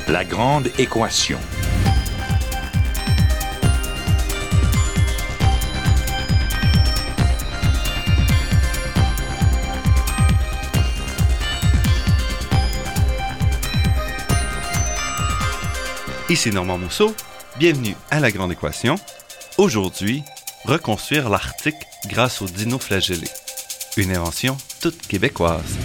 La grande équation. Ici Normand Mousseau, bienvenue à La Grande Équation. Aujourd'hui, reconstruire l'Arctique grâce aux dinoflagellés. Une invention toute québécoise.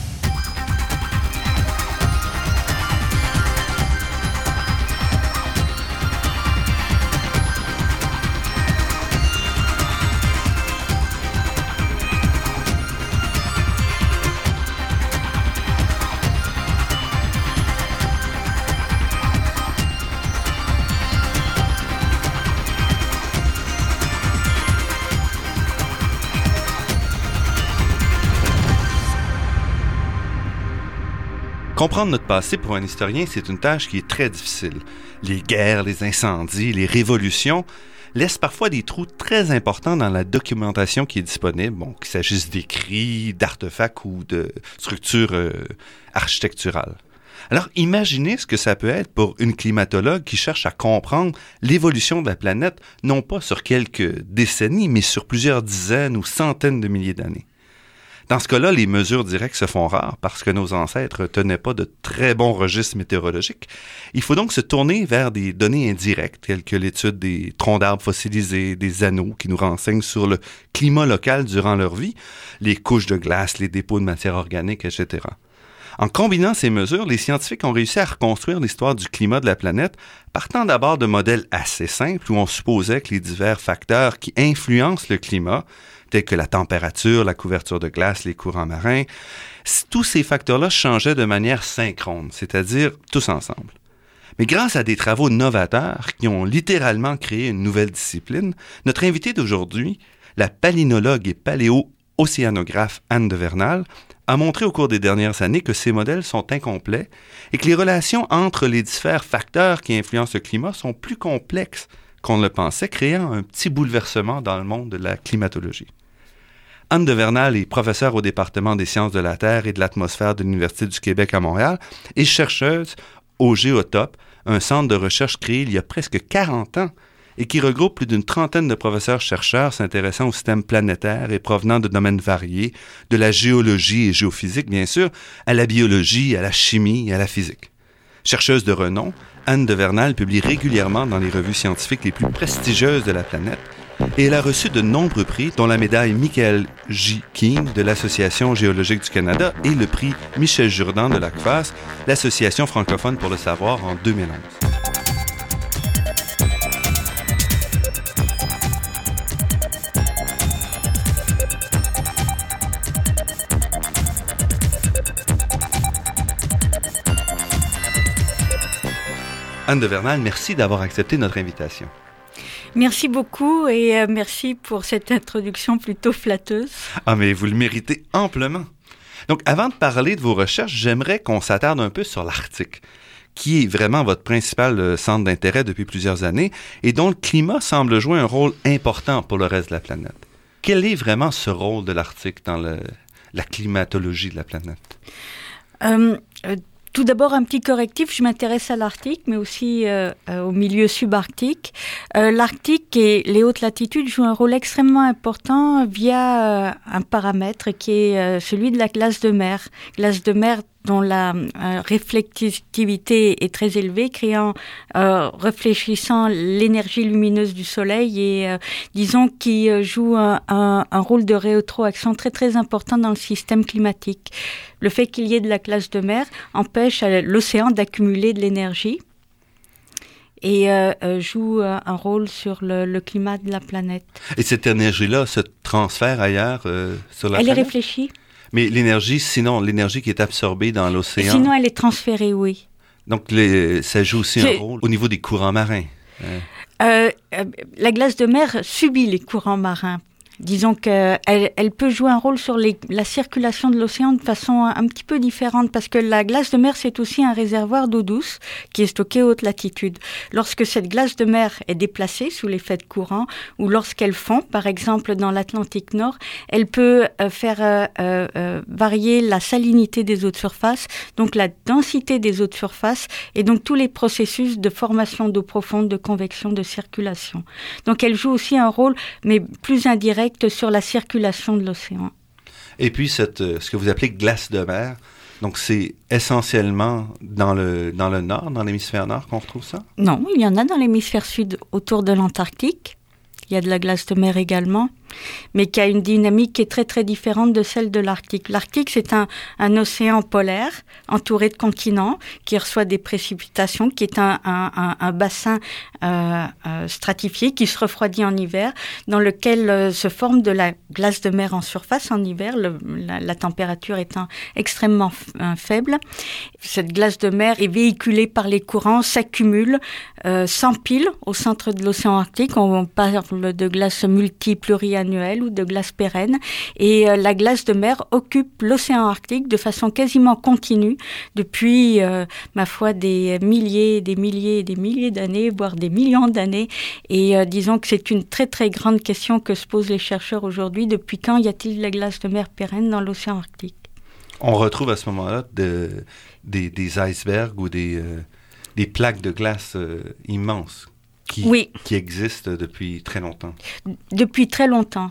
Comprendre notre passé pour un historien, c'est une tâche qui est très difficile. Les guerres, les incendies, les révolutions laissent parfois des trous très importants dans la documentation qui est disponible, qu'il s'agisse d'écrits, d'artefacts ou de structures architecturales. Alors, imaginez ce que ça peut être pour une climatologue qui cherche à comprendre l'évolution de la planète, non pas sur quelques décennies, mais sur plusieurs dizaines ou centaines de milliers d'années. Dans ce cas-là, les mesures directes se font rares parce que nos ancêtres tenaient pas de très bons registres météorologiques. Il faut donc se tourner vers des données indirectes, telles que l'étude des troncs d'arbres fossilisés, des anneaux qui nous renseignent sur le climat local durant leur vie, les couches de glace, les dépôts de matière organique, etc. En combinant ces mesures, les scientifiques ont réussi à reconstruire l'histoire du climat de la planète, partant d'abord de modèles assez simples où on supposait que les divers facteurs qui influencent le climat, tels que la température, la couverture de glace, les courants marins, tous ces facteurs-là changeaient de manière synchrone, c'est-à-dire tous ensemble. Mais grâce à des travaux novateurs qui ont littéralement créé une nouvelle discipline, notre invitée d'aujourd'hui, la palynologue et paléo-océanographe Anne de Vernal, a montré au cours des dernières années que ces modèles sont incomplets et que les relations entre les différents facteurs qui influencent le climat sont plus complexes qu'on ne le pensait, créant un petit bouleversement dans le monde de la climatologie. Anne de Vernal est professeure au département des sciences de la Terre et de l'atmosphère de l'Université du Québec à Montréal et chercheuse au Géotope, un centre de recherche créé il y a presque 40 ans et qui regroupe plus d'une trentaine de professeurs-chercheurs s'intéressant au système planétaire et provenant de domaines variés, de la géologie et géophysique, bien sûr, à la biologie, à la chimie et à la physique. Chercheuse de renom, Anne de Vernal publie régulièrement dans les revues scientifiques les plus prestigieuses de la planète et elle a reçu de nombreux prix, dont la médaille Michael J. King de l'Association géologique du Canada et le prix Michel Jourdan de l'ACFAS, l'Association francophone pour le savoir, en 2011. Anne de Vernal, merci d'avoir accepté notre invitation. Merci beaucoup et merci pour cette introduction plutôt flatteuse. Ah, mais vous le méritez amplement. Donc, avant de parler de vos recherches, j'aimerais qu'on s'attarde un peu sur l'Arctique, qui est vraiment votre principal centre d'intérêt depuis plusieurs années et dont le climat semble jouer un rôle important pour le reste de la planète. Quel est vraiment ce rôle de l'Arctique dans la climatologie de la planète? Tout d'abord, un petit correctif, je m'intéresse à l'Arctique, mais aussi au milieu subarctique. L'Arctique et les hautes latitudes jouent un rôle extrêmement important via un paramètre qui est celui de la glace de mer. Glace de mer dont la réflectivité est très élevée, réfléchissant l'énergie lumineuse du soleil et disons qui joue un rôle de rétroaction très très important dans le système climatique. Le fait qu'il y ait de la glace de mer empêche l'océan d'accumuler de l'énergie et joue un rôle sur le climat de la planète. Et cette énergie-là se transfère ailleurs sur la planète? Elle est réfléchie. Mais l'énergie qui est absorbée dans l'océan... Sinon, elle est transférée, oui. Donc, ça joue aussi un rôle au niveau des courants marins. La glace de mer subit les courants marins. Disons qu'elle peut jouer un rôle sur la circulation de l'océan de façon un petit peu différente, parce que la glace de mer, c'est aussi un réservoir d'eau douce qui est stocké à haute latitude. Lorsque cette glace de mer est déplacée sous l'effet de courant, ou lorsqu'elle fond, par exemple dans l'Atlantique Nord, elle peut faire varier la salinité des eaux de surface, donc la densité des eaux de surface, et donc tous les processus de formation d'eau profonde, de convection, de circulation. Donc elle joue aussi un rôle, mais plus indirect, sur la circulation de l'océan. Et puis, ce que vous appelez glace de mer, donc c'est essentiellement dans le nord, dans l'hémisphère nord qu'on retrouve ça? Non, il y en a dans l'hémisphère sud, autour de l'Antarctique. Il y a de la glace de mer également, mais qui a une dynamique qui est très très différente de celle de l'Arctique. L'Arctique, c'est un océan polaire entouré de continents qui reçoit des précipitations, qui est un bassin stratifié qui se refroidit en hiver, dans lequel se forme de la glace de mer en surface en hiver, la température étant extrêmement faible. Cette glace de mer est véhiculée par les courants, s'accumule, s'empile au centre de l'océan Arctique. On parle de glace multi-pluriannuelle ou de glace pérenne. Et la glace de mer occupe l'océan Arctique de façon quasiment continue depuis, ma foi, des milliers d'années, voire des millions d'années. Et disons que c'est une très très grande question que se posent les chercheurs aujourd'hui. Depuis quand y a-t-il de la glace de mer pérenne dans l'océan Arctique? On retrouve à ce moment-là des icebergs ou des plaques de glace immenses qui existent depuis très longtemps. Depuis très longtemps.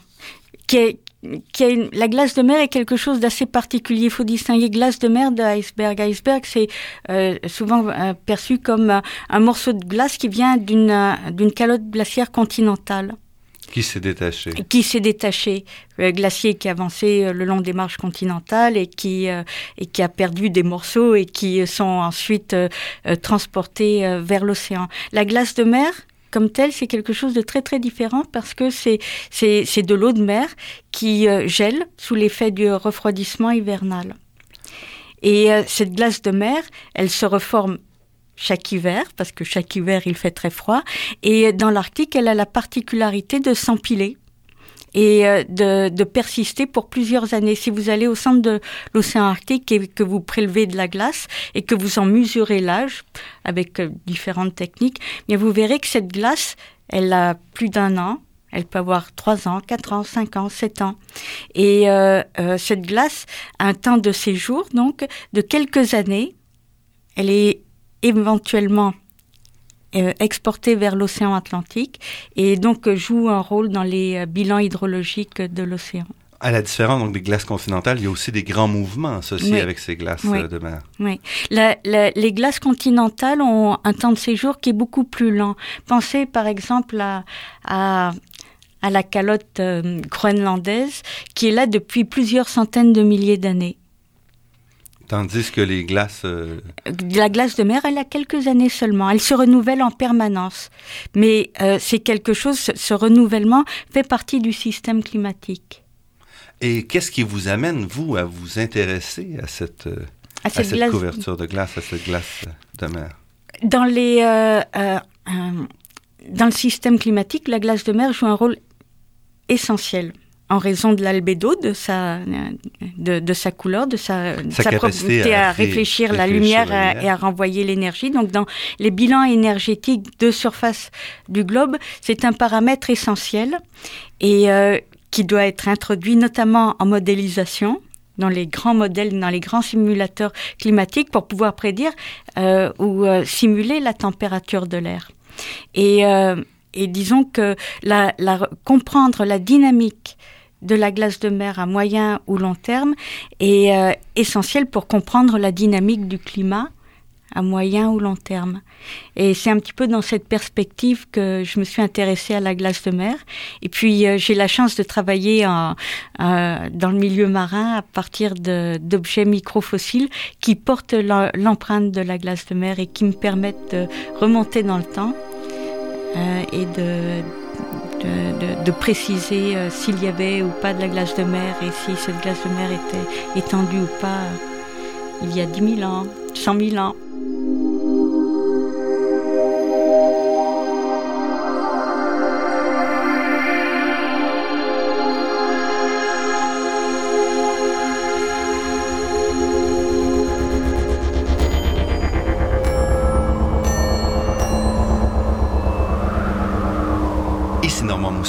La glace de mer est quelque chose d'assez particulier. Il faut distinguer glace de mer de iceberg. Iceberg, c'est souvent perçu comme un morceau de glace qui vient d'une calotte glaciaire continentale. Qui s'est détaché. Glacier qui avançait le long des marges continentales et qui a perdu des morceaux et qui sont ensuite transportés vers l'océan. La glace de mer, comme telle, c'est quelque chose de très très différent parce que c'est de l'eau de mer qui gèle sous l'effet du refroidissement hivernal. Et cette glace de mer, elle se reforme chaque hiver, parce que chaque hiver il fait très froid, et dans l'Arctique, elle a la particularité de s'empiler et de persister pour plusieurs années. Si vous allez au centre de l'océan Arctique et que vous prélevez de la glace et que vous en mesurez l'âge avec différentes techniques, bien vous verrez que cette glace, elle a plus d'1 an. Elle peut avoir 3 ans, 4 ans, 5 ans, 7 ans. Et cette glace a un temps de séjour, donc, de quelques années. Elle est éventuellement exportée vers l'océan Atlantique et donc joue un rôle dans les bilans hydrologiques de l'océan. À la différence donc, des glaces continentales, il y a aussi des grands mouvements associés avec ces glaces de mer. Oui. Les glaces continentales ont un temps de séjour qui est beaucoup plus lent. Pensez par exemple à la calotte groenlandaise qui est là depuis plusieurs centaines de milliers d'années. Tandis que les glaces... La glace de mer, elle a quelques années seulement. Elle se renouvelle en permanence. Mais c'est quelque chose, ce renouvellement fait partie du système climatique. Et qu'est-ce qui vous amène, vous, à vous intéresser à cette couverture de glace, à cette glace de mer? Dans le système climatique, la glace de mer joue un rôle essentiel. En raison de l'albédo, de sa couleur, de sa propriété à réfléchir la lumière et à renvoyer l'énergie. Donc, dans les bilans énergétiques de surface du globe, c'est un paramètre essentiel et qui doit être introduit notamment en modélisation, dans les grands modèles, dans les grands simulateurs climatiques pour pouvoir prédire ou simuler la température de l'air. Et disons que comprendre la dynamique de la glace de mer à moyen ou long terme est essentiel pour comprendre la dynamique du climat à moyen ou long terme. Et c'est un petit peu dans cette perspective que je me suis intéressée à la glace de mer. Et puis j'ai la chance de travailler dans le milieu marin à partir d'objets microfossiles qui portent l'empreinte de la glace de mer et qui me permettent de remonter dans le temps et de préciser s'il y avait ou pas de la glace de mer et si cette glace de mer était étendue ou pas il y a 10 000 ans, 100 000 ans.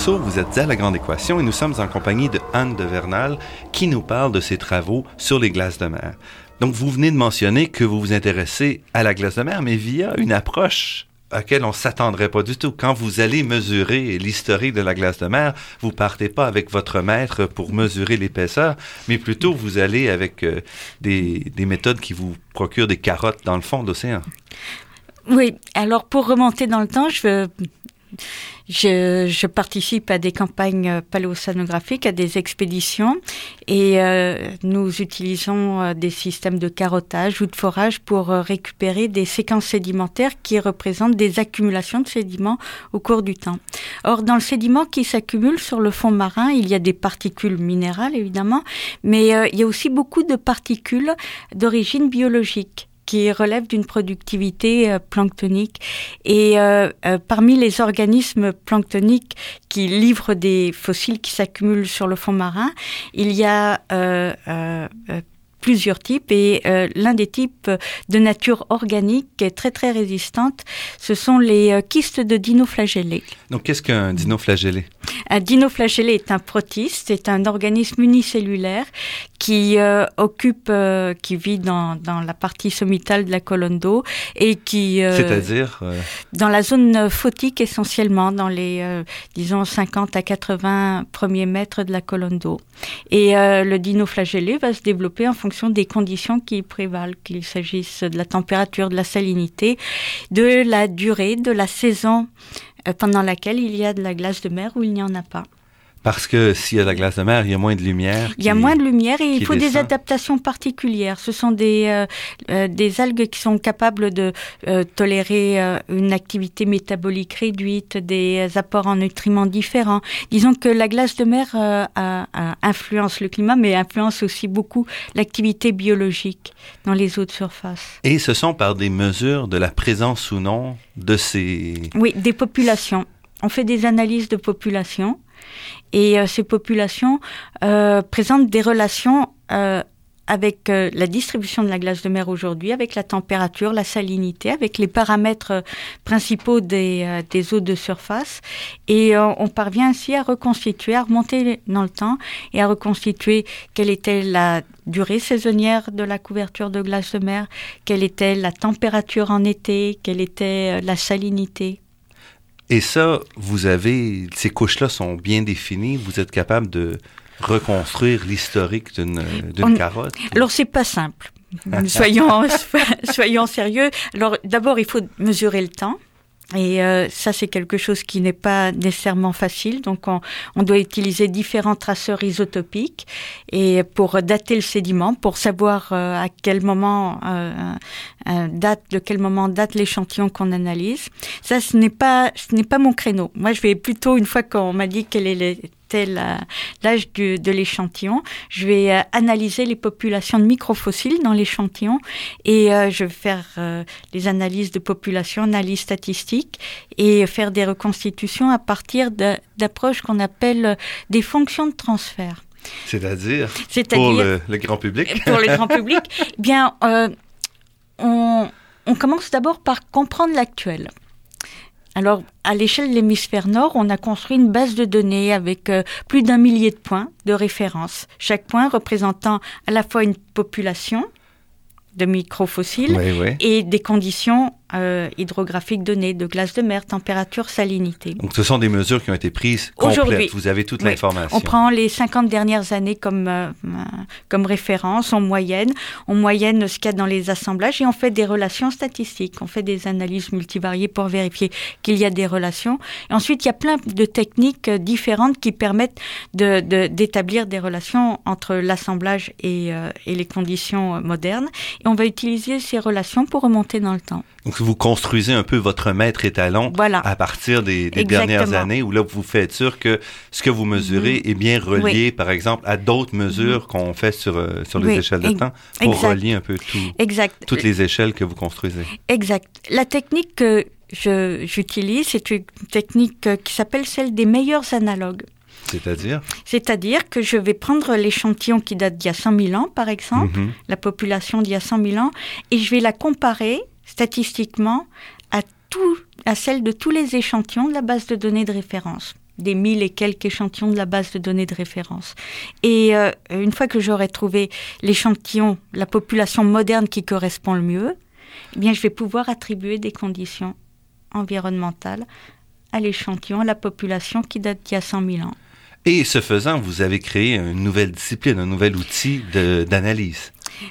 Rousseau, vous êtes à La Grande Équation et nous sommes en compagnie de Anne de Vernal qui nous parle de ses travaux sur les glaces de mer. Donc, vous venez de mentionner que vous vous intéressez à la glace de mer, mais via une approche à laquelle on ne s'attendrait pas du tout. Quand vous allez mesurer l'historique de la glace de mer, vous ne partez pas avec votre mètre pour mesurer l'épaisseur, mais plutôt vous allez avec des méthodes qui vous procurent des carottes dans le fond de l'océan. Oui, alors pour remonter dans le temps, je participe à des campagnes paléocéanographiques, à des expéditions et nous utilisons des systèmes de carottage ou de forage pour récupérer des séquences sédimentaires qui représentent des accumulations de sédiments au cours du temps. Or, dans le sédiment qui s'accumule sur le fond marin, il y a des particules minérales évidemment, mais il y a aussi beaucoup de particules d'origine biologique qui relève d'une productivité planctonique. Et parmi les organismes planctoniques qui livrent des fossiles qui s'accumulent sur le fond marin, il y a plusieurs types et l'un des types de nature organique qui est très très résistante, ce sont les kystes de dinoflagellés. Donc qu'est-ce qu'un dinoflagellé? Un dinoflagellé est un protiste, c'est un organisme unicellulaire qui qui vit dans la partie sommitale de la colonne d'eau et qui... C'est-à-dire dans la zone photique essentiellement, dans les, disons, 50 à 80 premiers mètres de la colonne d'eau. Et le dinoflagellé va se développer en fonction des conditions qui prévalent, qu'il s'agisse de la température, de la salinité, de la durée, de la saison pendant laquelle il y a de la glace de mer ou il n'y en a pas. Parce que s'il y a de la glace de mer, il y a moins de lumière. Il y a moins de lumière et il faut des adaptations particulières. Ce sont des algues qui sont capables de tolérer une activité métabolique réduite, des apports en nutriments différents. Disons que la glace de mer influence le climat, mais influence aussi beaucoup l'activité biologique dans les eaux de surface. Et ce sont par des mesures de la présence ou non de ces... Oui, des populations. On fait des analyses de populations. Et ces populations présentent des relations avec la distribution de la glace de mer aujourd'hui, avec la température, la salinité, avec les paramètres principaux des eaux de surface. Et on parvient ainsi à reconstituer, à remonter dans le temps et à reconstituer quelle était la durée saisonnière de la couverture de glace de mer, quelle était la température en été, quelle était la salinité. Et ça, ces couches-là sont bien définies, vous êtes capable de reconstruire l'historique d'une carotte? Alors, c'est pas simple. Soyons sérieux. Alors, d'abord, il faut mesurer le temps. Et ça, c'est quelque chose qui n'est pas nécessairement facile. Donc, on doit utiliser différents traceurs isotopiques et pour dater le sédiment, pour savoir à quel moment de quel moment date l'échantillon qu'on analyse. Ça, ce n'est pas mon créneau. Moi, je vais plutôt, une fois qu'on m'a dit quel est l'âge de l'échantillon, je vais analyser les populations de microfossiles dans l'échantillon et je vais faire les analyses de population, analyse statistique et faire des reconstitutions à partir d'approches qu'on appelle des fonctions de transfert. C'est-à-dire pour le grand public? Pour le grand public, bien, on commence d'abord par comprendre l'actuel. Alors, à l'échelle de l'hémisphère nord, on a construit une base de données avec plus d'1 millier de points de référence. Chaque point représentant à la fois une population de microfossiles et des conditions hydrographiques données de glace de mer, température, salinité. Donc, ce sont des mesures qui ont été prises complètes. Aujourd'hui, vous avez toute l'information. On prend les 50 dernières années comme référence, en moyenne ce qu'il y a dans les assemblages et on fait des relations statistiques. On fait des analyses multivariées pour vérifier qu'il y a des relations. Et ensuite, il y a plein de techniques différentes qui permettent d'établir des relations entre l'assemblage et les conditions modernes. Et on va utiliser ces relations pour remonter dans le temps. Donc, vous construisez un peu votre mètre étalon à partir des dernières années où là, vous faites sûr que ce que vous mesurez est bien relié, par exemple, à d'autres mesures qu'on fait sur les échelles de temps pour relier un peu toutes les échelles que vous construisez. Exact. La technique que j'utilise, c'est une technique qui s'appelle celle des meilleurs analogues. C'est-à-dire que je vais prendre l'échantillon qui date d'il y a 100 000 ans, par exemple, la population d'il y a 100 000 ans, et je vais la comparer statistiquement à celle de tous les échantillons de la base de données de référence. des 1000 et quelques échantillons de la base de données de référence. Et une fois que j'aurai trouvé l'échantillon, la population moderne qui correspond le mieux, eh bien, je vais pouvoir attribuer des conditions environnementales à l'échantillon, à la population qui date d'il y a 100 000 ans. Et ce faisant, vous avez créé une nouvelle discipline, un nouvel outil d'analyse.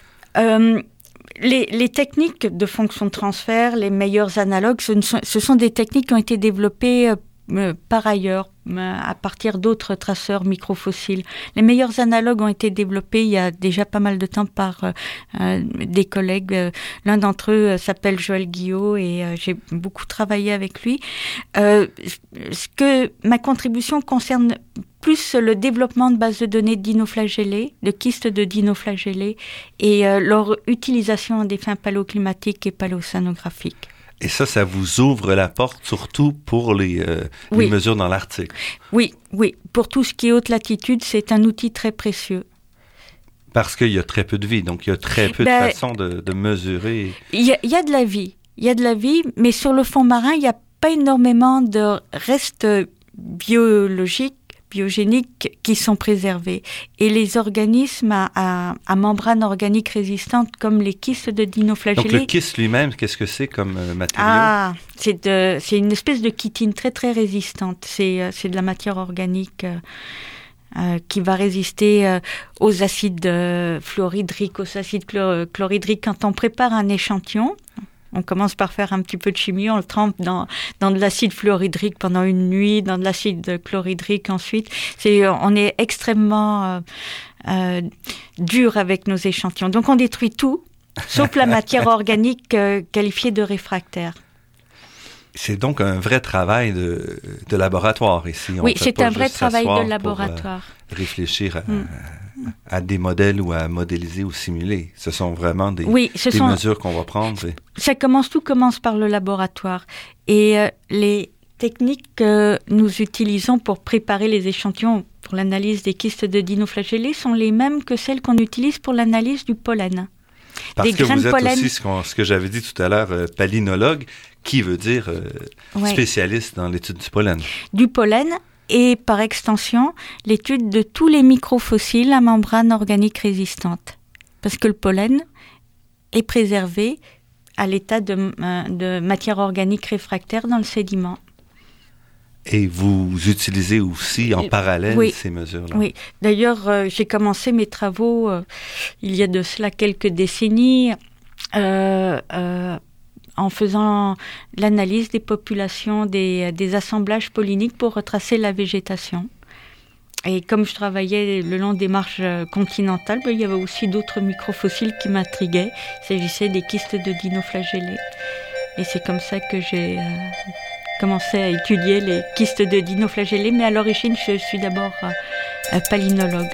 Les techniques de fonction de transfert, les meilleurs analogues, ce sont des techniques qui ont été développées par ailleurs, à partir d'autres traceurs microfossiles. Les meilleurs analogues ont été développés il y a déjà pas mal de temps par des collègues. L'un d'entre eux s'appelle Joël Guillot et j'ai beaucoup travaillé avec lui. Ma contribution concerne plus le développement de bases de données de dinoflagellés, de kystes de dinoflagellés et leur utilisation à des fins paléoclimatiques et paléocéanographiques. Et ça vous ouvre la porte surtout pour les mesures dans l'Arctique. Oui. Pour tout ce qui est haute latitude, c'est un outil très précieux. Parce qu'il y a très peu de vie, donc il y a très peu de façons de mesurer. Il y a de la vie. Il y a de la vie, mais sur le fond marin, il n'y a pas énormément de restes biogéniques qui sont préservés. Et les organismes à membrane organique résistante, comme les kystes de dinoflagellés... Donc le kyste lui-même, qu'est-ce que c'est comme matériau? C'est une espèce de chitine très très résistante. C'est de la matière organique qui va résister aux acides fluorhydriques, aux acides chlorhydriques. Quand on prépare un échantillon, on commence par faire un petit peu de chimie, on le trempe dans de l'acide fluorhydrique pendant une nuit, dans de l'acide chlorhydrique ensuite. On est extrêmement dur avec nos échantillons. Donc on détruit tout, sauf la matière organique qualifiée de réfractaire. C'est donc un vrai travail de laboratoire ici. Oui, c'est un vrai travail de laboratoire. Pour réfléchir à des modèles ou à modéliser ou simuler. Ce sont vraiment des mesures qu'on va prendre. Tout commence par le laboratoire. Et les techniques que nous utilisons pour préparer les échantillons pour l'analyse des kystes de dinoflagellés sont les mêmes que celles qu'on utilise pour l'analyse du pollen. Parce que vous êtes aussi, ce que j'avais dit tout à l'heure, palynologue, qui veut dire spécialiste dans l'étude du pollen. Du pollen et, par extension, l'étude de tous les microfossiles à membrane organique résistante. Parce que le pollen est préservé à l'état de matière organique réfractaire dans le sédiment. Et vous utilisez aussi en parallèle ces mesures-là. Oui, d'ailleurs, j'ai commencé mes travaux il y a de cela quelques décennies en faisant l'analyse des populations, des assemblages polliniques pour retracer la végétation. Et comme je travaillais le long des marges continentales, il y avait aussi d'autres microfossiles qui m'intriguaient. Il s'agissait des kystes de dinoflagellés. Et c'est comme ça que j'ai commencé à étudier les kystes de dinoflagellés, mais à l'origine, je suis d'abord palynologue.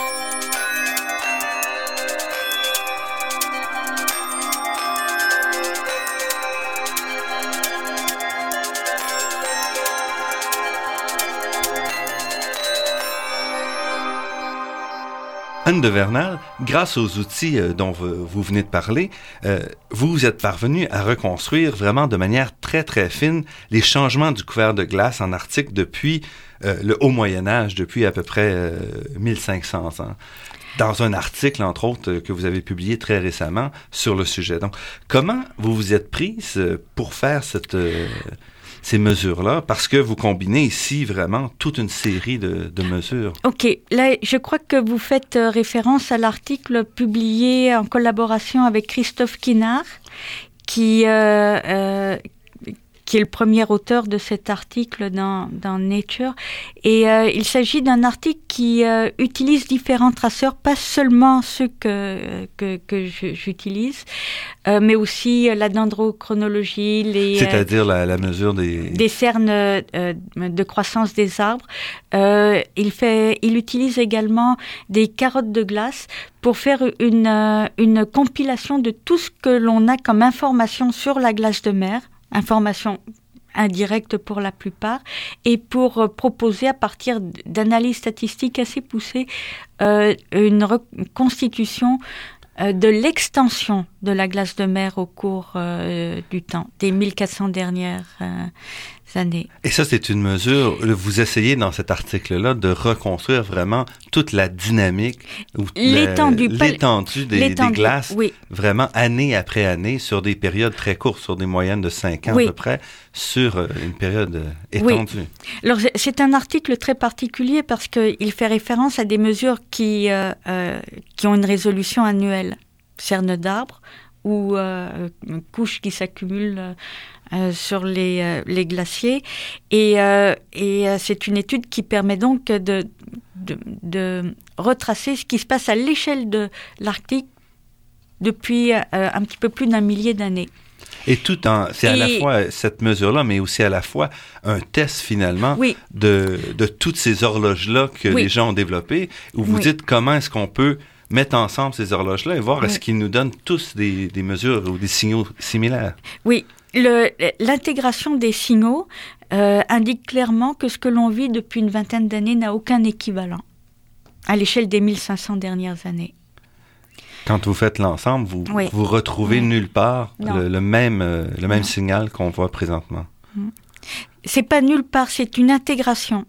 Anne de Vernal, grâce aux outils dont vous venez de parler, vous êtes parvenue à reconstruire vraiment de manière très très fine les changements du couvert de glace en Arctique depuis le Haut Moyen-Âge, depuis à peu près 1500 ans. Dans un article, entre autres, que vous avez publié très récemment sur le sujet. Donc, comment vous vous êtes prise pour faire ces mesures-là, parce que vous combinez ici vraiment toute une série de mesures. OK. Là, je crois que vous faites référence à l'article publié en collaboration avec Christophe Kinard, qui est le premier auteur de cet article dans Nature. Et il s'agit d'un article qui utilise différents traceurs, pas seulement ceux que j'utilise, mais aussi la dendrochronologie, c'est-à-dire la mesure des cernes de croissance des arbres. Il utilise également des carottes de glace pour faire une compilation de tout ce que l'on a comme information sur la glace de mer, information indirecte pour la plupart, et pour proposer à partir d'analyses statistiques assez poussées une reconstitution de l'extension de la glace de mer au cours du temps, des 1400 dernières années. Et ça, c'est une mesure, vous essayez dans cet article-là de reconstruire vraiment toute la dynamique, ou l'étendue des glaces, oui. Vraiment année après année, sur des périodes très courtes, sur des moyennes de 5 ans oui. à peu près, sur une période étendue. Oui. Alors, c'est un article très particulier parce qu'il fait référence à des mesures qui ont une résolution annuelle. Cernes d'arbres ou couches qui s'accumulent sur les glaciers. Et c'est une étude qui permet donc de retracer ce qui se passe à l'échelle de l'Arctique depuis un petit peu plus d'un millier d'années. Et c'est à la fois cette mesure-là, mais aussi à la fois un test finalement oui. de toutes ces horloges-là que oui. les gens ont développées, où vous oui. dites comment est-ce qu'on peut mettre ensemble ces horloges-là et voir oui. est-ce qu'ils nous donnent tous des mesures ou des signaux similaires. Oui, l'intégration des signaux indique clairement que ce que l'on vit depuis une vingtaine d'années n'a aucun équivalent à l'échelle des 1500 dernières années. Quand vous faites l'ensemble, vous retrouvez nulle part le même signal qu'on voit présentement. C'est pas nulle part, c'est une intégration.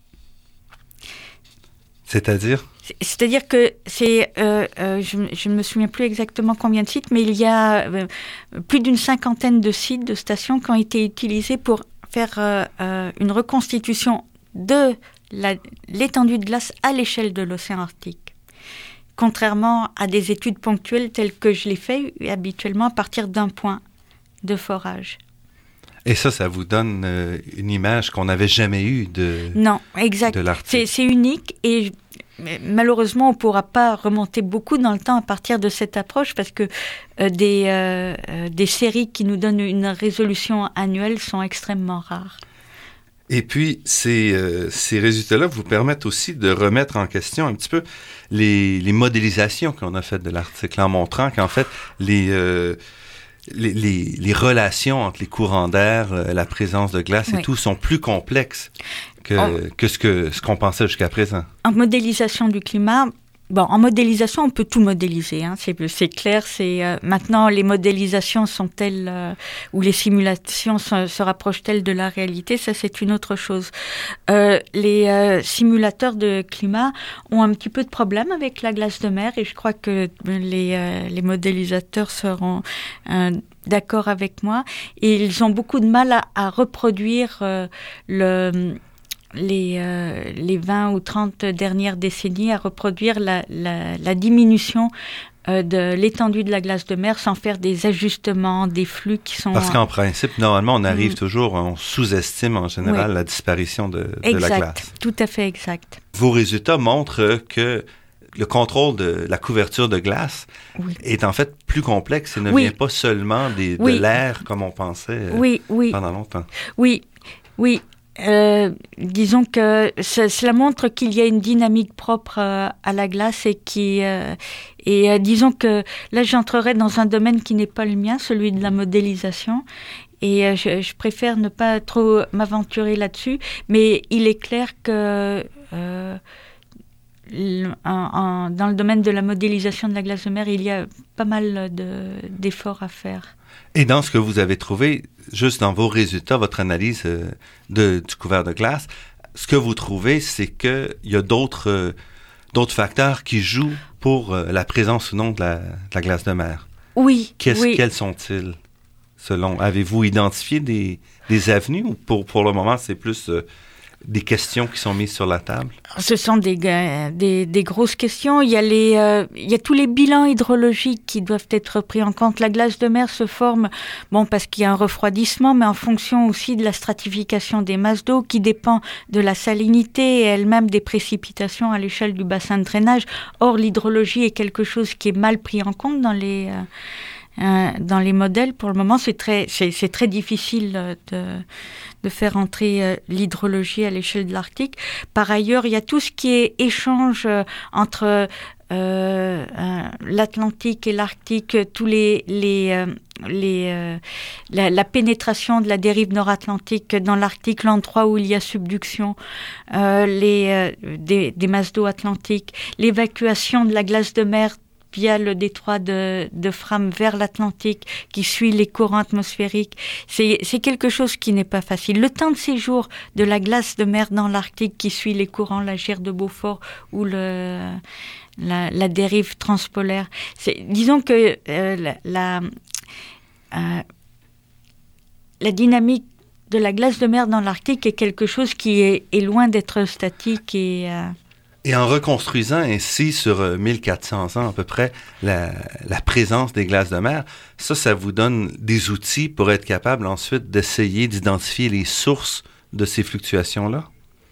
C'est-à-dire? C'est-à-dire que je ne me souviens plus exactement combien de sites, mais il y a plus d'une cinquantaine de sites, de stations qui ont été utilisés pour faire une reconstitution de l'étendue de glace à l'échelle de l'océan Arctique. Contrairement à des études ponctuelles telles que je les fais habituellement à partir d'un point de forage. Et ça vous donne une image qu'on n'avait jamais eue de l'Arctique. C'est unique et malheureusement, on ne pourra pas remonter beaucoup dans le temps à partir de cette approche parce que des séries qui nous donnent une résolution annuelle sont extrêmement rares. Et puis, ces résultats-là vous permettent aussi de remettre en question un petit peu les modélisations qu'on a faites de l'article, en montrant qu'en fait, les relations entre les courants d'air, la présence de glace et tout sont plus complexes que ce qu'on pensait jusqu'à présent. En modélisation du climat, en modélisation, on peut tout modéliser. Hein, c'est clair. Maintenant, les modélisations sont-elles ou les simulations se rapprochent-elles de la réalité? Ça, c'est une autre chose. Les simulateurs de climat ont un petit peu de problème avec la glace de mer et je crois que les modélisateurs seront d'accord avec moi. Et ils ont beaucoup de mal à reproduire les 20 ou 30 dernières décennies à reproduire la diminution de l'étendue de la glace de mer sans faire des ajustements, des flux qui sont... Parce qu'en principe, normalement, on arrive toujours, on sous-estime en général la disparition de la glace. Tout à fait exact. Vos résultats montrent que le contrôle de la couverture de glace est en fait plus complexe et ne vient pas seulement de l'air comme on pensait pendant longtemps. Oui. Disons que cela montre qu'il y a une dynamique propre à la glace et disons que là j'entrerai dans un domaine qui n'est pas le mien, celui de la modélisation. Et je préfère ne pas trop m'aventurer là-dessus, mais il est clair que dans le domaine de la modélisation de la glace de mer, il y a pas mal d'efforts à faire. Et dans ce que vous avez trouvé, juste dans vos résultats, votre analyse du couvert de glace, ce que vous trouvez, c'est qu'il y a d'autres facteurs qui jouent pour la présence ou non de la glace de mer. Oui. Quels sont-ils, selon? Avez-vous identifié des avenues ou pour le moment, c'est plus des questions qui sont mises sur la table? Ce sont des grosses questions. Il y a tous les bilans hydrologiques qui doivent être pris en compte. La glace de mer se forme, parce qu'il y a un refroidissement, mais en fonction aussi de la stratification des masses d'eau qui dépend de la salinité et elle-même des précipitations à l'échelle du bassin de drainage. Or, l'hydrologie est quelque chose qui est mal pris en compte dans les modèles. Pour le moment, c'est très difficile de faire entrer l'hydrologie à l'échelle de l'Arctique. Par ailleurs, il y a tout ce qui est échange entre l'Atlantique et l'Arctique, tous la pénétration de la dérive nord-atlantique dans l'Arctique, l'endroit où il y a subduction, des masses d'eau atlantique, l'évacuation de la glace de mer via le détroit de Fram vers l'Atlantique, qui suit les courants atmosphériques. C'est quelque chose qui n'est pas facile. Le temps de séjour de la glace de mer dans l'Arctique qui suit les courants, la gère de Beaufort ou la dérive transpolaire. Disons que la dynamique de la glace de mer dans l'Arctique est quelque chose qui est loin d'être statique Et en reconstruisant ainsi sur 1400 ans à peu près la présence des glaces de mer, ça vous donne des outils pour être capable ensuite d'essayer d'identifier les sources de ces fluctuations-là?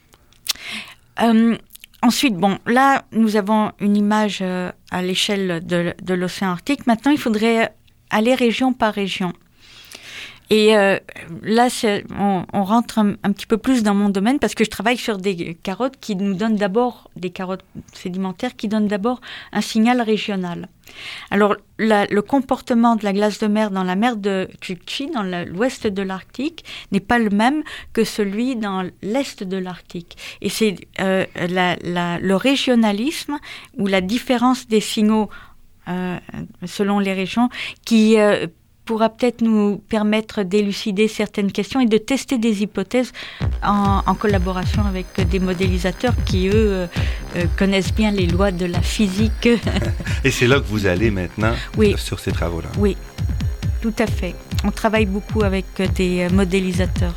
Ensuite, là, nous avons une image à l'échelle de l'océan Arctique. Maintenant, il faudrait aller région par région. Et là, on rentre un petit peu plus dans mon domaine parce que je travaille sur des carottes qui nous donnent d'abord, des carottes sédimentaires qui donnent d'abord un signal régional. Alors, le comportement de la glace de mer dans la mer de Chukchi, dans l'ouest de l'Arctique, n'est pas le même que celui dans l'est de l'Arctique. Et c'est le régionalisme ou la différence des signaux selon les régions qui pourra peut-être nous permettre d'élucider certaines questions et de tester des hypothèses en collaboration avec des modélisateurs qui, eux, connaissent bien les lois de la physique. Et c'est là que vous allez maintenant sur ces travaux-là? Oui, tout à fait. On travaille beaucoup avec des modélisateurs.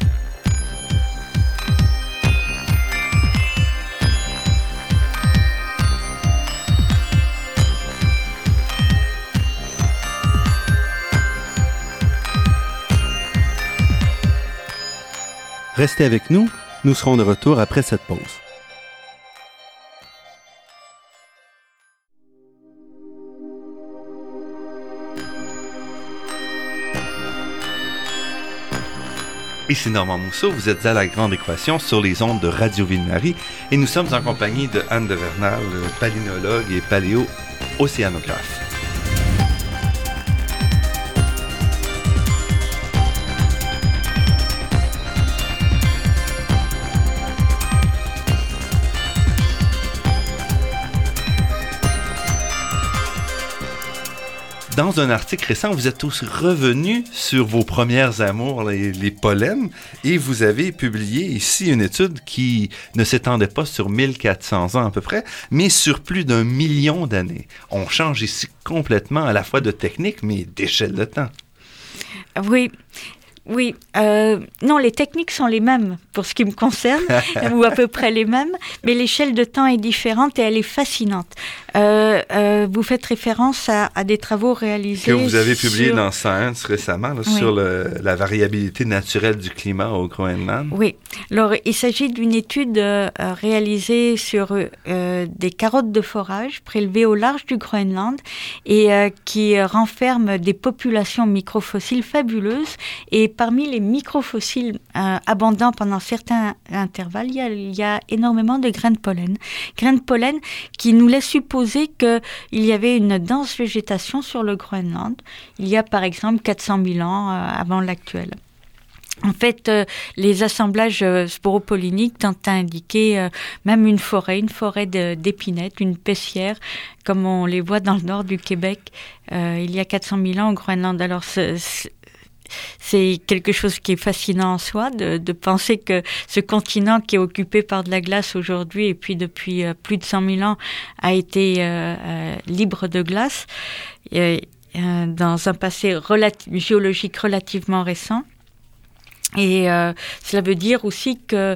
Restez avec nous, nous serons de retour après cette pause. Ici Normand Mousseau, vous êtes à La Grande Équation sur les ondes de Radio Ville-Marie et nous sommes en compagnie de Anne de Vernal, palynologue et paléo-océanographe. Dans un article récent, vous êtes aussi revenu sur vos premières amours, les pollens, et vous avez publié ici une étude qui ne s'étendait pas sur 1400 ans à peu près, mais sur plus d'1 million d'années. On change ici complètement à la fois de technique, mais d'échelle de temps. Oui, non, les techniques sont les mêmes pour ce qui me concerne, ou à peu près les mêmes, mais l'échelle de temps est différente et elle est fascinante. Vous faites référence à des travaux réalisés... Que vous avez publiés dans Science récemment, là, sur la variabilité naturelle du climat au Groenland. Oui, alors il s'agit d'une étude réalisée sur des carottes de forage prélevées au large du Groenland et qui renferment des populations microfossiles fabuleuses. Et parmi les microfossiles abondants pendant certains intervalles, il y a énormément de grains de pollen. Grains de pollen qui nous laissent supposer qu'il y avait une dense végétation sur le Groenland. Il y a par exemple 400 000 ans avant l'actuel. En fait, les assemblages sporopolliniques tentent à indiquer même une forêt d'épinettes, une pessière, comme on les voit dans le nord du Québec, il y a 400 000 ans au Groenland. Alors, c'est quelque chose qui est fascinant en soi, de penser que ce continent qui est occupé par de la glace aujourd'hui et puis depuis plus de 100 000 ans a été libre de glace dans un passé géologique relativement récent. Et cela veut dire aussi que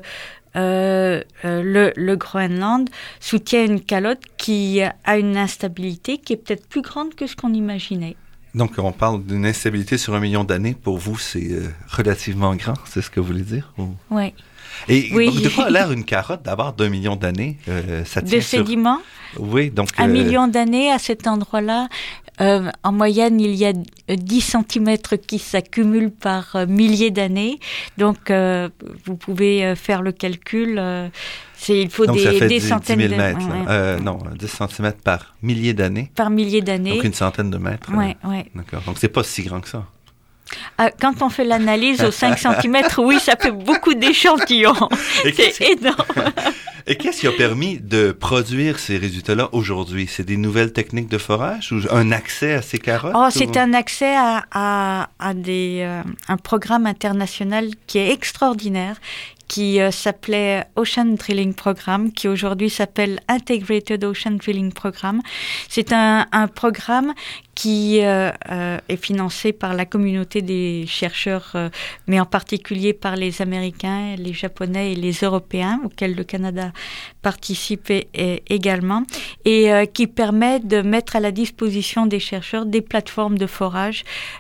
le Groenland soutient une calotte qui a une instabilité qui est peut-être plus grande que ce qu'on imaginait. Donc, on parle d'une instabilité sur 1 million d'années. Pour vous, c'est relativement grand, c'est ce que vous voulez dire? Oui. Et de quoi a l'air une carotte d'abord d'1 million d'années? Ça tient de sédiments? Oui, donc... 1 million d'années à cet endroit-là. En moyenne, il y a 10 cm qui s'accumulent par milliers d'années. Donc, vous pouvez faire le calcul. Il faut donc, des centaines 10 000 mètres. Non, 10 cm par milliers d'années. Par milliers d'années. Donc, une centaine de mètres. Oui. D'accord. Donc, c'est pas si grand que ça. Quand on fait l'analyse aux 5 cm, oui, ça fait beaucoup d'échantillons. C'est énorme. Et qu'est-ce qui a permis de produire ces résultats-là aujourd'hui? C'est des nouvelles techniques de forage ou un accès à ces carottes? C'est un accès à un programme international qui est extraordinaire, qui s'appelait Ocean Drilling Program, qui aujourd'hui s'appelle Integrated Ocean Drilling Program. C'est un programme qui est financé par la communauté des chercheurs, mais en particulier par les Américains, les Japonais et les Européens, auxquels le Canada participe également, et qui permet de mettre à la disposition des chercheurs des plateformes de forage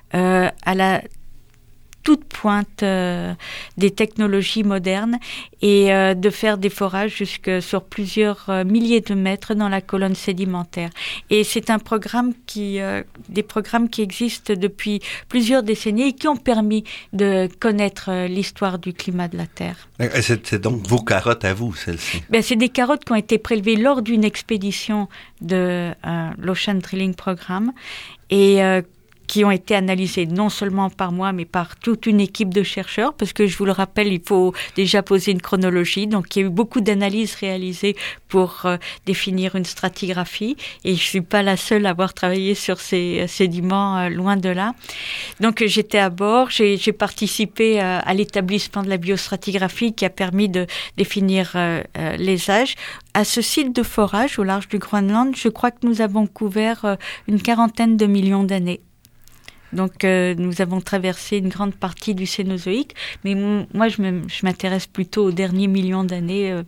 à la toute pointe des technologies modernes et de faire des forages jusque sur plusieurs milliers de mètres dans la colonne sédimentaire. Et c'est un programme des programmes qui existent depuis plusieurs décennies et qui ont permis de connaître l'histoire du climat de la Terre. C'est donc vos carottes à vous, celles-ci? C'est des carottes qui ont été prélevées lors d'une expédition de l'Ocean Drilling Program et qui ont été analysés non seulement par moi, mais par toute une équipe de chercheurs, parce que je vous le rappelle, il faut déjà poser une chronologie. Donc, il y a eu beaucoup d'analyses réalisées pour définir une stratigraphie, et je suis pas la seule à avoir travaillé sur ces sédiments, loin de là. Donc, j'étais à bord, j'ai participé à l'établissement de la biostratigraphie qui a permis de définir les âges. À ce site de forage au large du Groenland, je crois que nous avons couvert une 40aine de millions d'années. Donc, nous avons traversé une grande partie du Cénozoïque, mais moi, je m'intéresse plutôt aux derniers millions d'années.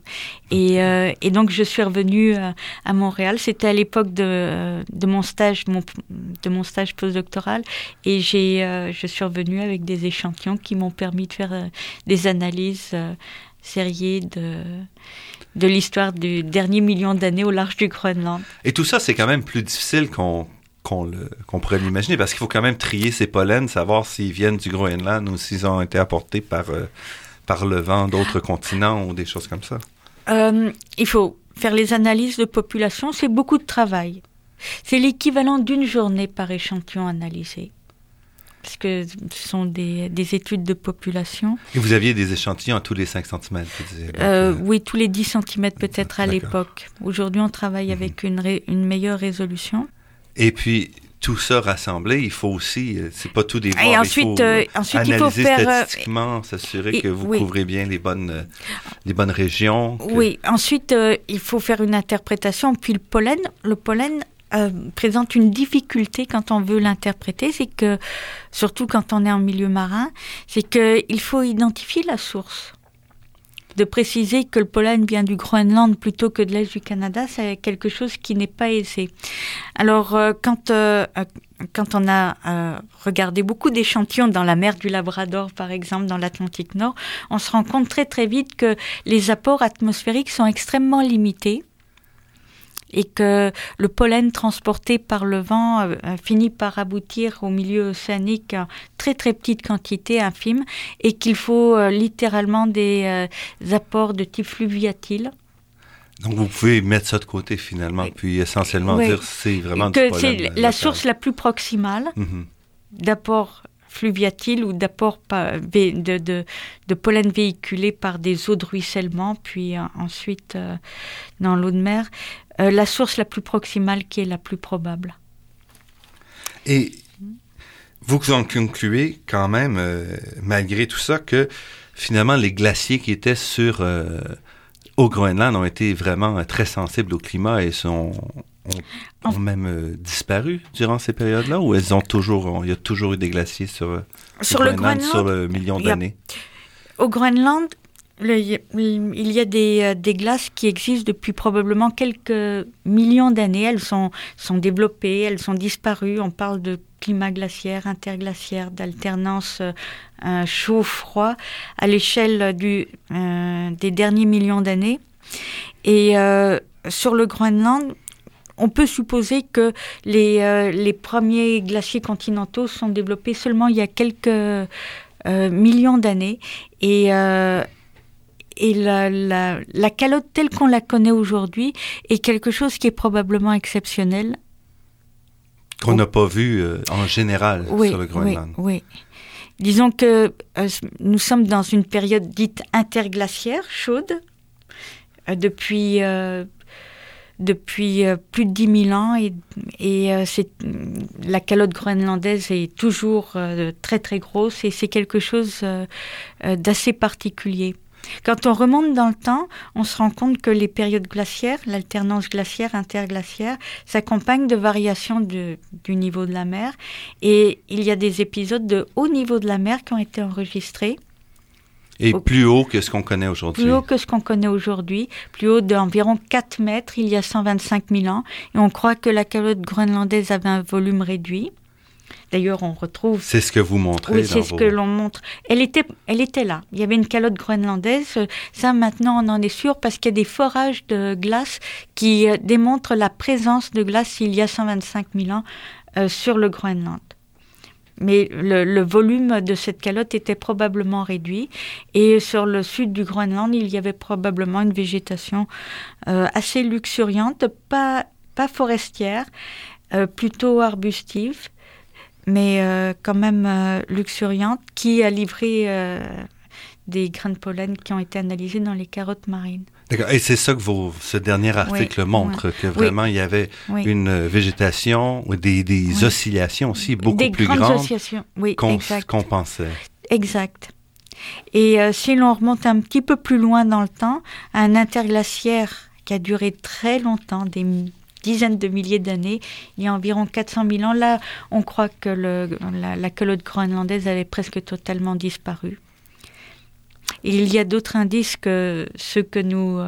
Et donc, je suis revenue à Montréal. C'était à l'époque de mon stage postdoctoral, et je suis revenue avec des échantillons qui m'ont permis de faire des analyses sériées de l'histoire du dernier million d'années au large du Groenland. Et tout ça, c'est quand même plus difficile qu'on pourrait l'imaginer, parce qu'il faut quand même trier ces pollens, savoir s'ils viennent du Groenland ou s'ils ont été apportés par le vent d'autres continents ou des choses comme ça. Il faut faire les analyses de population, c'est beaucoup de travail. C'est l'équivalent d'une journée par échantillon analysé, parce que ce sont des études de population. Et vous aviez des échantillons à tous les 5 cm, vous disiez? Oui, tous les 10 cm peut-être à l'époque. Aujourd'hui, on travaille avec une meilleure résolution. Et puis, tout ça rassemblé, il faut aussi, c'est pas tout devoir, et ensuite, analyser il faut faire, statistiquement, s'assurer que vous couvrez bien les bonnes régions. Oui, ensuite, il faut faire une interprétation. Puis le pollen présente une difficulté quand on veut l'interpréter, c'est que, surtout quand on est en milieu marin, c'est qu'il faut identifier la source. De préciser que le pollen vient du Groenland plutôt que de l'Est du Canada, c'est quelque chose qui n'est pas aisé. Alors, quand on a regardé beaucoup d'échantillons dans la mer du Labrador, par exemple, dans l'Atlantique Nord, on se rend compte très très vite que les apports atmosphériques sont extrêmement limités, et que le pollen transporté par le vent finit par aboutir au milieu océanique en très très petite quantité, infime, et qu'il faut littéralement des apports de type fluviatile. Donc vous pouvez mettre ça de côté finalement, puis essentiellement dire c'est vraiment du pollen. C'est la source la plus proximale d'apport fluviatile ou d'apport de pollen véhiculé par des eaux de ruissellement, puis ensuite dans l'eau de mer. La source la plus proximale qui est la plus probable. Et vous en concluez quand même, malgré tout ça, que finalement les glaciers qui étaient au Groenland ont été vraiment très sensibles au climat et ont même disparu durant ces périodes-là, ou il y a toujours eu des glaciers sur le Groenland sur le million d'années? Au Groenland, il y a des glaces qui existent depuis probablement quelques millions d'années. Elles sont développées, elles sont disparues. On parle de climat glaciaire, interglaciaire, d'alternance chaud-froid à l'échelle des derniers millions d'années. Et sur le Groenland, on peut supposer que les premiers glaciers continentaux sont développés seulement il y a quelques millions d'années. Et la calotte telle qu'on la connaît aujourd'hui est quelque chose qui est probablement exceptionnel. Qu'on n'a pas vu en général sur le Groenland. Oui. Disons que nous sommes dans une période dite interglaciaire, chaude, depuis plus de 10 000 ans la calotte groenlandaise est toujours très très grosse et c'est quelque chose d'assez particulier. Quand on remonte dans le temps, on se rend compte que les périodes glaciaires, l'alternance glaciaire-interglaciaire, s'accompagnent de variations du niveau de la mer et il y a des épisodes de haut niveau de la mer qui ont été enregistrés. Et plus haut que ce qu'on connaît aujourd'hui. Plus haut que ce qu'on connaît aujourd'hui, plus haut d'environ 4 mètres il y a 125 000 ans. Et on croit que la calotte groenlandaise avait un volume réduit. D'ailleurs, on retrouve... C'est ce que vous montrez. Oui, c'est ce que l'on montre. Elle était là. Il y avait une calotte groenlandaise. Ça, maintenant, on en est sûr parce qu'il y a des forages de glace qui démontrent la présence de glace il y a 125 000 ans sur le Groenland. Mais le volume de cette calotte était probablement réduit. Et sur le sud du Groenland, il y avait probablement une végétation assez luxuriante, pas forestière, plutôt arbustive, mais quand même luxuriante, qui a livré des grains de pollen qui ont été analysés dans les carottes marines. D'accord. Et c'est ça que ce dernier article montre, que vraiment il y avait une végétation, des oscillations aussi beaucoup plus grandes oscillations. qu'on pensait. Exact. Et si l'on remonte un petit peu plus loin dans le temps, un interglaciaire qui a duré très longtemps, des dizaines de milliers d'années, il y a environ 400 000 ans, là on croit que la calotte groenlandaise avait presque totalement disparu. Il y a d'autres indices que ceux que nous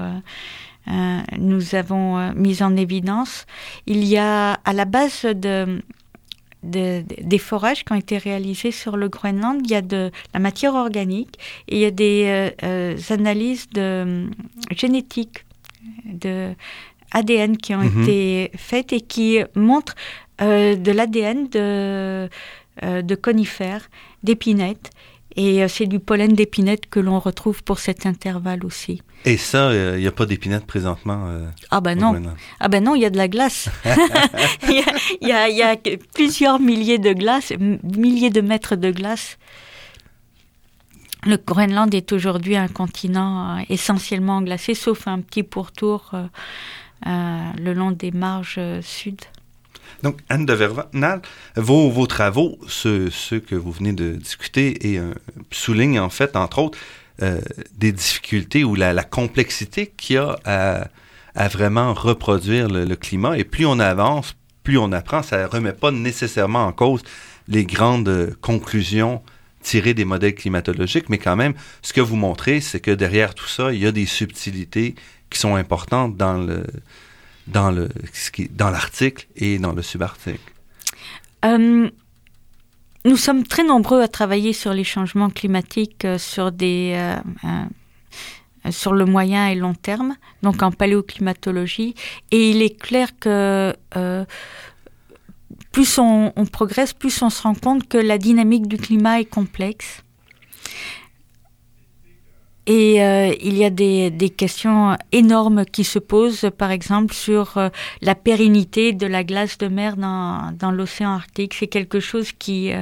avons mis en évidence. Il y a à la base des forages qui ont été réalisés sur le Groenland, il y a de la matière organique et il y a des analyses génétiques de ADN qui ont été faites et qui montrent de l'ADN de conifères, d'épinettes. Et c'est du pollen d'épinette que l'on retrouve pour cet intervalle aussi. Et ça, il n'y a pas d'épinette présentement Ah ben non. Ah ben non, il y a de la glace. Il y a plusieurs milliers de mètres de glace. Le Groenland est aujourd'hui un continent essentiellement glacé, sauf un petit pourtour le long des marges sud. Donc, Anne de Vervenal, vos travaux, ceux que vous venez de discuter, soulignent en fait, entre autres, des difficultés ou la complexité qu'il y a à vraiment reproduire le climat. Et plus on avance, plus on apprend. Ça ne remet pas nécessairement en cause les grandes conclusions tirées des modèles climatologiques, mais quand même, ce que vous montrez, c'est que derrière tout ça, il y a des subtilités qui sont importantes dans l'article et dans le subarticle. Nous sommes très nombreux à travailler sur les changements climatiques sur le moyen et long terme, donc en paléoclimatologie. Et il est clair que plus on progresse, plus on se rend compte que la dynamique du climat est complexe. Et il y a des questions énormes qui se posent, par exemple, sur la pérennité de la glace de mer dans l'océan Arctique. C'est quelque chose qui,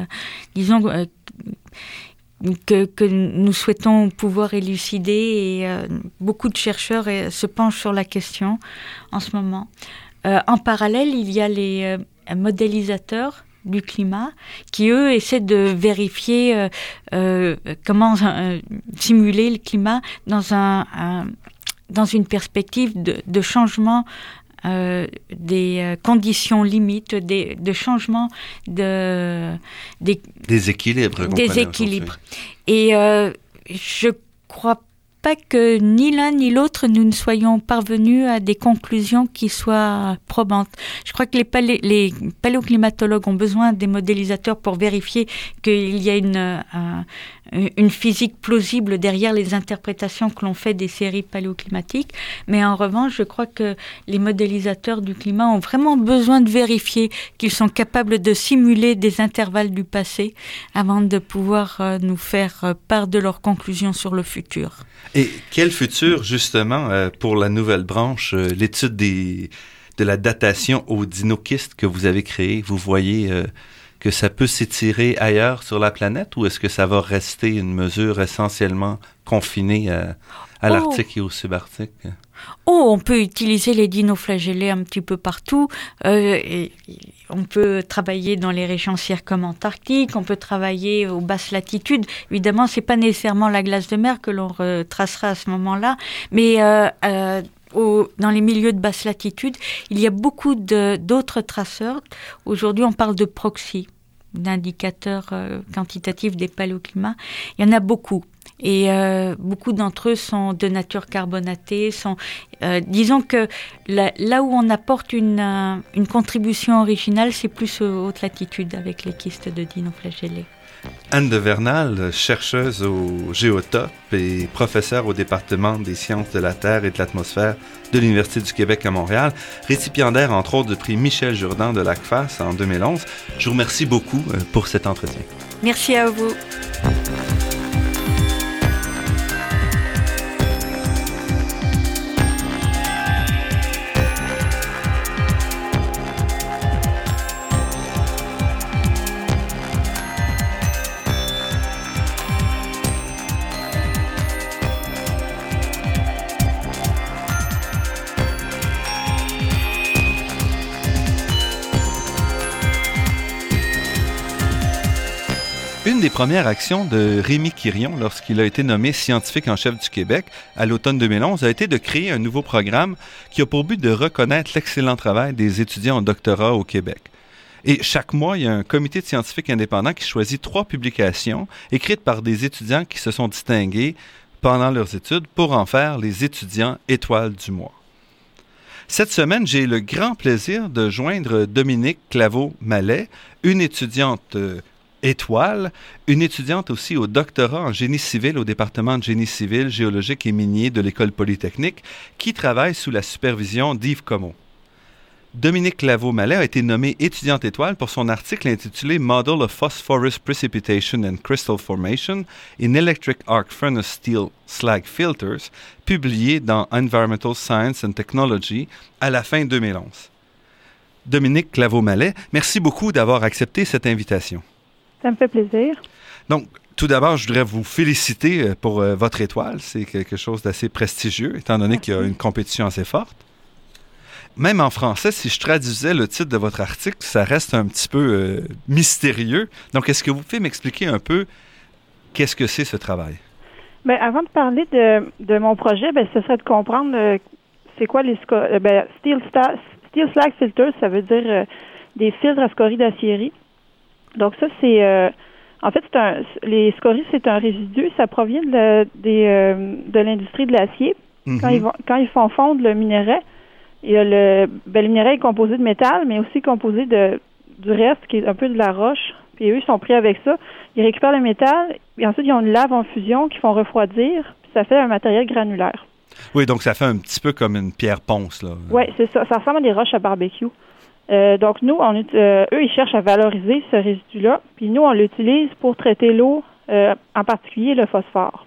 que nous souhaitons pouvoir élucider et beaucoup de chercheurs se penchent sur la question en ce moment. En parallèle, il y a les modélisateurs du climat, qui, eux, essaient de vérifier comment simuler le climat dans une perspective de changement des conditions limites, de changement des équilibres. Des équilibres. Et je crois pas que ni l'un ni l'autre nous ne soyons parvenus à des conclusions qui soient probantes. Je crois que les paléoclimatologues ont besoin des modélisateurs pour vérifier qu'il y a une physique plausible derrière les interprétations que l'on fait des séries paléoclimatiques. Mais en revanche, je crois que les modélisateurs du climat ont vraiment besoin de vérifier qu'ils sont capables de simuler des intervalles du passé avant de pouvoir nous faire part de leurs conclusions sur le futur. Et quel futur, justement, pour la nouvelle branche, l'étude de la datation au dinokiste que vous avez créée? Vous voyez que ça peut s'étirer ailleurs sur la planète ou est-ce que ça va rester une mesure essentiellement confinée à l'Arctique et au subarctique? On peut utiliser les dinoflagellés un petit peu partout. On peut travailler dans les régions circumantarctiques, on peut travailler aux basses latitudes. Évidemment, c'est pas nécessairement la glace de mer que l'on retracera à ce moment-là, mais dans les milieux de basse latitude, il y a beaucoup d'autres traceurs. Aujourd'hui, on parle de proxy, d'indicateurs quantitatifs des paléoclimats. Il y en a beaucoup. Et beaucoup d'entre eux sont de nature carbonatée. Disons que là où on apporte une contribution originale, c'est plus aux hautes latitudes avec les kystes de dinoflagellés. Anne de Vernal, chercheuse au Géotope et professeure au département des sciences de la Terre et de l'atmosphère de l'Université du Québec à Montréal, récipiendaire entre autres du prix Michel Jourdan de l'ACFAS en 2011. Je vous remercie beaucoup pour cet entretien. Merci à vous. Une des premières actions de Rémi Quirion lorsqu'il a été nommé scientifique en chef du Québec à l'automne 2011 a été de créer un nouveau programme qui a pour but de reconnaître l'excellent travail des étudiants en doctorat au Québec. Et chaque mois, il y a un comité de scientifiques indépendants qui choisit 3 publications écrites par des étudiants qui se sont distingués pendant leurs études pour en faire les étudiants étoiles du mois. Cette semaine, j'ai le grand plaisir de joindre Dominique Claveau-Mallet, une étudiante étoile, une étudiante aussi au doctorat en génie civil au département de génie civil, géologique et minier de l'École polytechnique, qui travaille sous la supervision d'Yves Comeau. Dominique Claveau-Mallet a été nommée étudiante étoile pour son article intitulé Model of Phosphorus Precipitation and Crystal Formation in Electric Arc Furnace Steel Slag Filters, publié dans Environmental Science and Technology à la fin 2011. Dominique Claveau-Mallet, merci beaucoup d'avoir accepté cette invitation. Ça me fait plaisir. Donc, tout d'abord, je voudrais vous féliciter pour votre étoile. C'est quelque chose d'assez prestigieux, étant donné qu'il y a une compétition assez forte. Même en français, si je traduisais le titre de votre article, ça reste un petit peu mystérieux. Donc, est-ce que vous pouvez m'expliquer un peu qu'est-ce que c'est ce travail? Bien, avant de parler de mon projet, ce serait de comprendre c'est quoi les Steel Slag Filters, ça veut dire des filtres à scories d'acierie. Donc ça, c'est en fait, les scories, c'est un résidu. Ça provient de l'industrie de l'acier. Mm-hmm. Quand ils font fondre le minerai, il y a le minerai est composé de métal, mais aussi composé du reste qui est un peu de la roche. Puis eux, ils sont pris avec ça. Ils récupèrent le métal, et ensuite ils ont une lave en fusion qui font refroidir. Puis ça fait un matériel granulaire. Oui, donc ça fait un petit peu comme une pierre ponce, là. Oui, c'est ça. Ça ressemble à des roches à barbecue. Donc, nous, eux, ils cherchent à valoriser ce résidu-là, puis nous, on l'utilise pour traiter l'eau, en particulier le phosphore.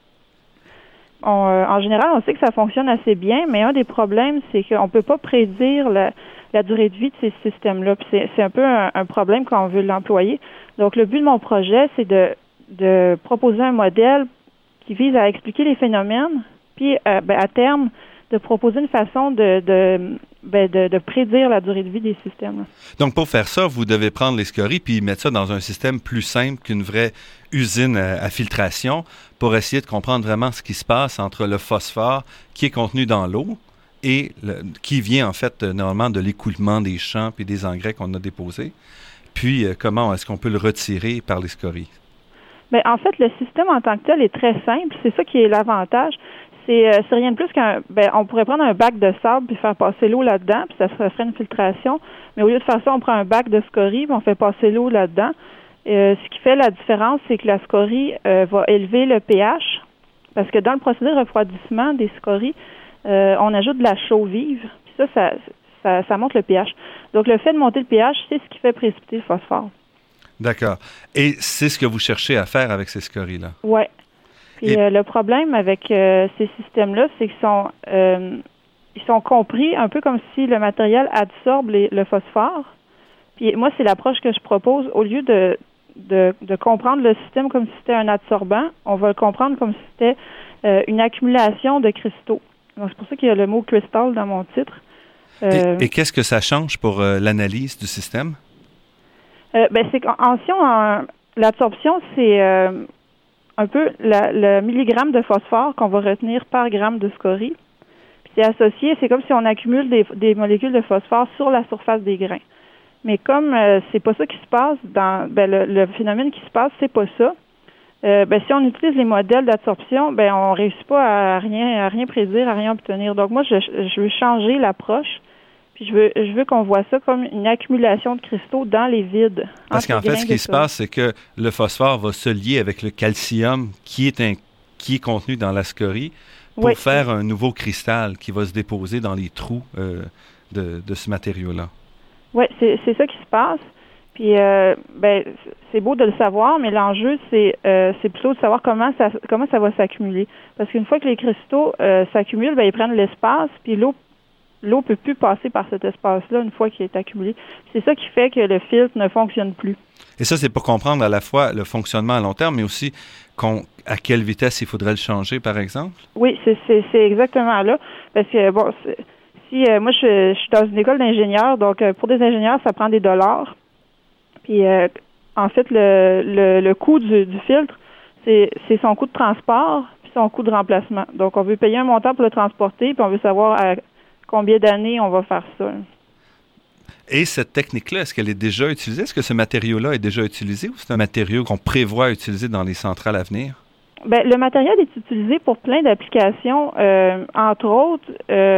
En général, on sait que ça fonctionne assez bien, mais un des problèmes, c'est qu'on ne peut pas prédire la durée de vie de ces systèmes-là. Puis c'est un peu un problème quand on veut l'employer. Donc, le but de mon projet, c'est de proposer un modèle qui vise à expliquer les phénomènes, puis à terme, de proposer une façon de prédire la durée de vie des systèmes. Donc, pour faire ça, vous devez prendre les scories puis mettre ça dans un système plus simple qu'une vraie usine à filtration pour essayer de comprendre vraiment ce qui se passe entre le phosphore qui est contenu dans l'eau et qui vient en fait normalement de l'écoulement des champs puis des engrais qu'on a déposés. Puis, comment est-ce qu'on peut le retirer par les scories? Bien, en fait, le système en tant que tel est très simple. C'est ça qui est l'avantage. C'est rien de plus on pourrait prendre un bac de sable puis faire passer l'eau là-dedans, puis ça ferait une filtration. Mais au lieu de faire ça, on prend un bac de scorie, puis on fait passer l'eau là-dedans. Ce qui fait la différence, c'est que la scorie va élever le pH, parce que dans le procédé de refroidissement des scories, on ajoute de la chaux vive, puis ça monte le pH. Donc, le fait de monter le pH, c'est ce qui fait précipiter le phosphore. D'accord. Et c'est ce que vous cherchez à faire avec ces scories-là? Oui. Puis le problème avec ces systèmes-là, c'est qu'ils sont compris un peu comme si le matériel absorbe le phosphore. Puis moi, c'est l'approche que je propose. Au lieu de comprendre le système comme si c'était un absorbant, on va le comprendre comme si c'était une accumulation de cristaux. Donc, c'est pour ça qu'il y a le mot crystal dans mon titre. Et qu'est-ce que ça change pour l'analyse du système? C'est qu'en Sion, l'absorption, c'est un peu le milligramme de phosphore qu'on va retenir par gramme de scorie. Puis c'est associé, c'est comme si on accumule des molécules de phosphore sur la surface des grains. Mais comme c'est pas ça qui se passe le phénomène qui se passe, c'est pas ça. Si on utilise les modèles d'absorption, on réussit pas à rien prédire, à rien obtenir. Donc moi, je veux changer l'approche. Puis je veux qu'on voit ça comme une accumulation de cristaux dans les vides. Parce qu'en fait, ce qui se passe, c'est que le phosphore va se lier avec le calcium qui est contenu dans la scorie pour faire un nouveau cristal qui va se déposer dans les trous de ce matériau-là. Oui, c'est ça qui se passe. Puis, c'est beau de le savoir, mais l'enjeu, c'est plutôt de savoir comment ça va s'accumuler. Parce qu'une fois que les cristaux s'accumulent, ils prennent l'espace, puis l'eau peut plus passer par cet espace-là une fois qu'il est accumulé. C'est ça qui fait que le filtre ne fonctionne plus. Et ça, c'est pour comprendre à la fois le fonctionnement à long terme, mais aussi à quelle vitesse il faudrait le changer, par exemple? Oui, c'est exactement là. Parce que, moi, je suis dans une école d'ingénieurs, donc pour des ingénieurs, ça prend des dollars. Puis, en fait, le coût du filtre, c'est son coût de transport puis son coût de remplacement. Donc, on veut payer un montant pour le transporter, puis on veut savoir à combien d'années on va faire ça. Et cette technique-là, est-ce qu'elle est déjà utilisée? Est-ce que ce matériau-là est déjà utilisé ou c'est un matériau qu'on prévoit utiliser dans les centrales à venir? Le matériel est utilisé pour plein d'applications, entre autres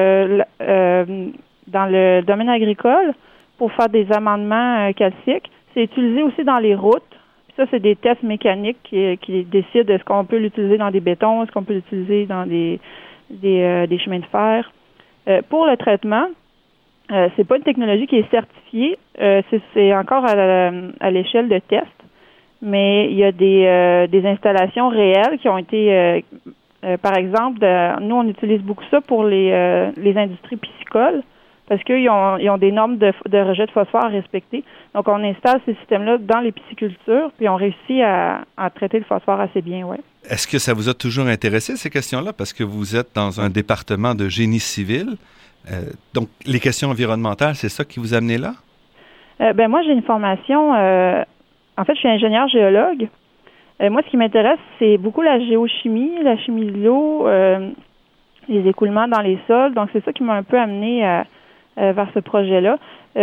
dans le domaine agricole pour faire des amendements calciques. C'est utilisé aussi dans les routes. Puis ça, c'est des tests mécaniques qui décident est-ce qu'on peut l'utiliser dans des bétons, est-ce qu'on peut l'utiliser dans des chemins de fer. Pour le traitement, c'est pas une technologie qui est certifiée. C'est encore à l'échelle de test. Mais il y a des installations réelles qui ont été, par exemple, nous on utilise beaucoup ça pour les industries piscicoles parce qu'ils ont des normes de rejet de phosphore à respecter. Donc on installe ces systèmes-là dans les piscicultures, puis on réussit à traiter le phosphore assez bien, ouais. Est-ce que ça vous a toujours intéressé ces questions-là parce que vous êtes dans un département de génie civil? Donc les questions environnementales, c'est ça qui vous a amené là? Moi j'ai une formation. En fait, je suis ingénieure géologue. Moi, ce qui m'intéresse, c'est beaucoup la géochimie, la chimie de l'eau, les écoulements dans les sols. Donc, c'est ça qui m'a un peu amené vers ce projet-là.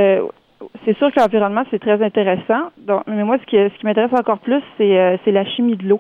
C'est sûr que l'environnement, c'est très intéressant. Donc, mais moi, ce qui m'intéresse encore plus, c'est la chimie de l'eau.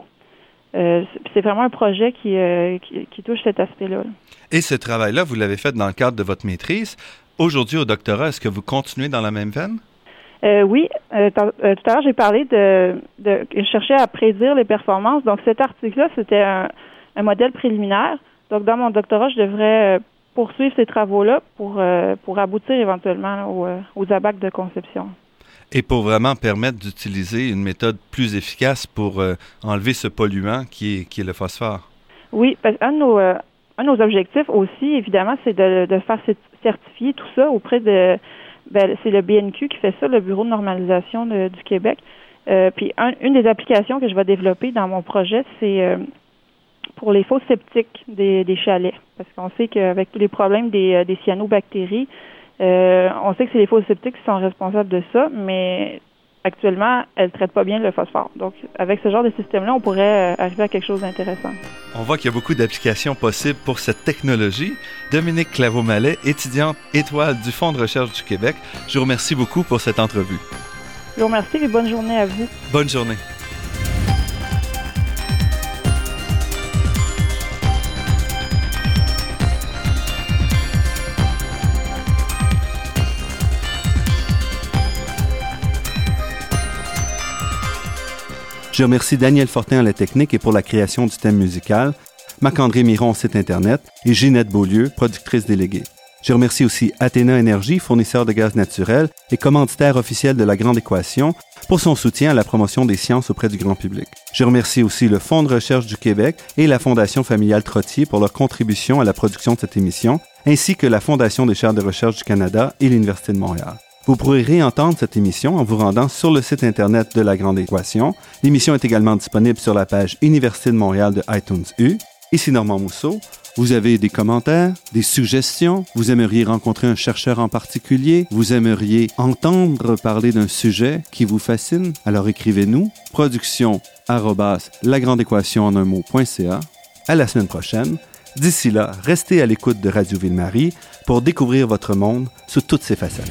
C'est vraiment un projet qui touche cet aspect-là. Et ce travail-là, vous l'avez fait dans le cadre de votre maîtrise. Aujourd'hui, au doctorat, est-ce que vous continuez dans la même veine? Oui, tout à l'heure, j'ai parlé de chercher à prédire les performances. Donc, cet article-là, c'était un modèle préliminaire. Donc, dans mon doctorat, je devrais poursuivre ces travaux-là pour aboutir éventuellement aux abacs de conception. Et pour vraiment permettre d'utiliser une méthode plus efficace pour enlever ce polluant qui est le phosphore. Oui, parce qu'un de nos objectifs aussi, évidemment, c'est de faire certifier tout ça auprès de... c'est le BNQ qui fait ça, le Bureau de normalisation du Québec. Puis une des applications que je vais développer dans mon projet, c'est pour les fosses septiques des chalets. Parce qu'on sait qu'avec tous les problèmes des cyanobactéries, on sait que c'est les fosses septiques qui sont responsables de ça, mais actuellement, elles ne traitent pas bien le phosphore. Donc, avec ce genre de système-là, on pourrait arriver à quelque chose d'intéressant. On voit qu'il y a beaucoup d'applications possibles pour cette technologie. Dominique Claveau-Mallet, étudiante étoile du Fonds de recherche du Québec, je vous remercie beaucoup pour cette entrevue. Je vous remercie et bonne journée à vous. Bonne journée. Je remercie Daniel Fortin à la technique et pour la création du thème musical, Marc-André Miron au site Internet et Ginette Beaulieu, productrice déléguée. Je remercie aussi Athéna Énergie, fournisseur de gaz naturel et commanditaire officiel de la Grande Équation, pour son soutien à la promotion des sciences auprès du grand public. Je remercie aussi le Fonds de recherche du Québec et la Fondation familiale Trottier pour leur contribution à la production de cette émission, ainsi que la Fondation des chaires de recherche du Canada et l'Université de Montréal. Vous pourrez réentendre cette émission en vous rendant sur le site Internet de La Grande Équation. L'émission est également disponible sur la page Université de Montréal de iTunes U. Ici Normand Mousseau. Vous avez des commentaires, des suggestions? Vous aimeriez rencontrer un chercheur en particulier? Vous aimeriez entendre parler d'un sujet qui vous fascine? Alors écrivez-nous production@lagrandeéquation.ca. À la semaine prochaine. D'ici là, restez à l'écoute de Radio Ville-Marie pour découvrir votre monde sous toutes ses facettes.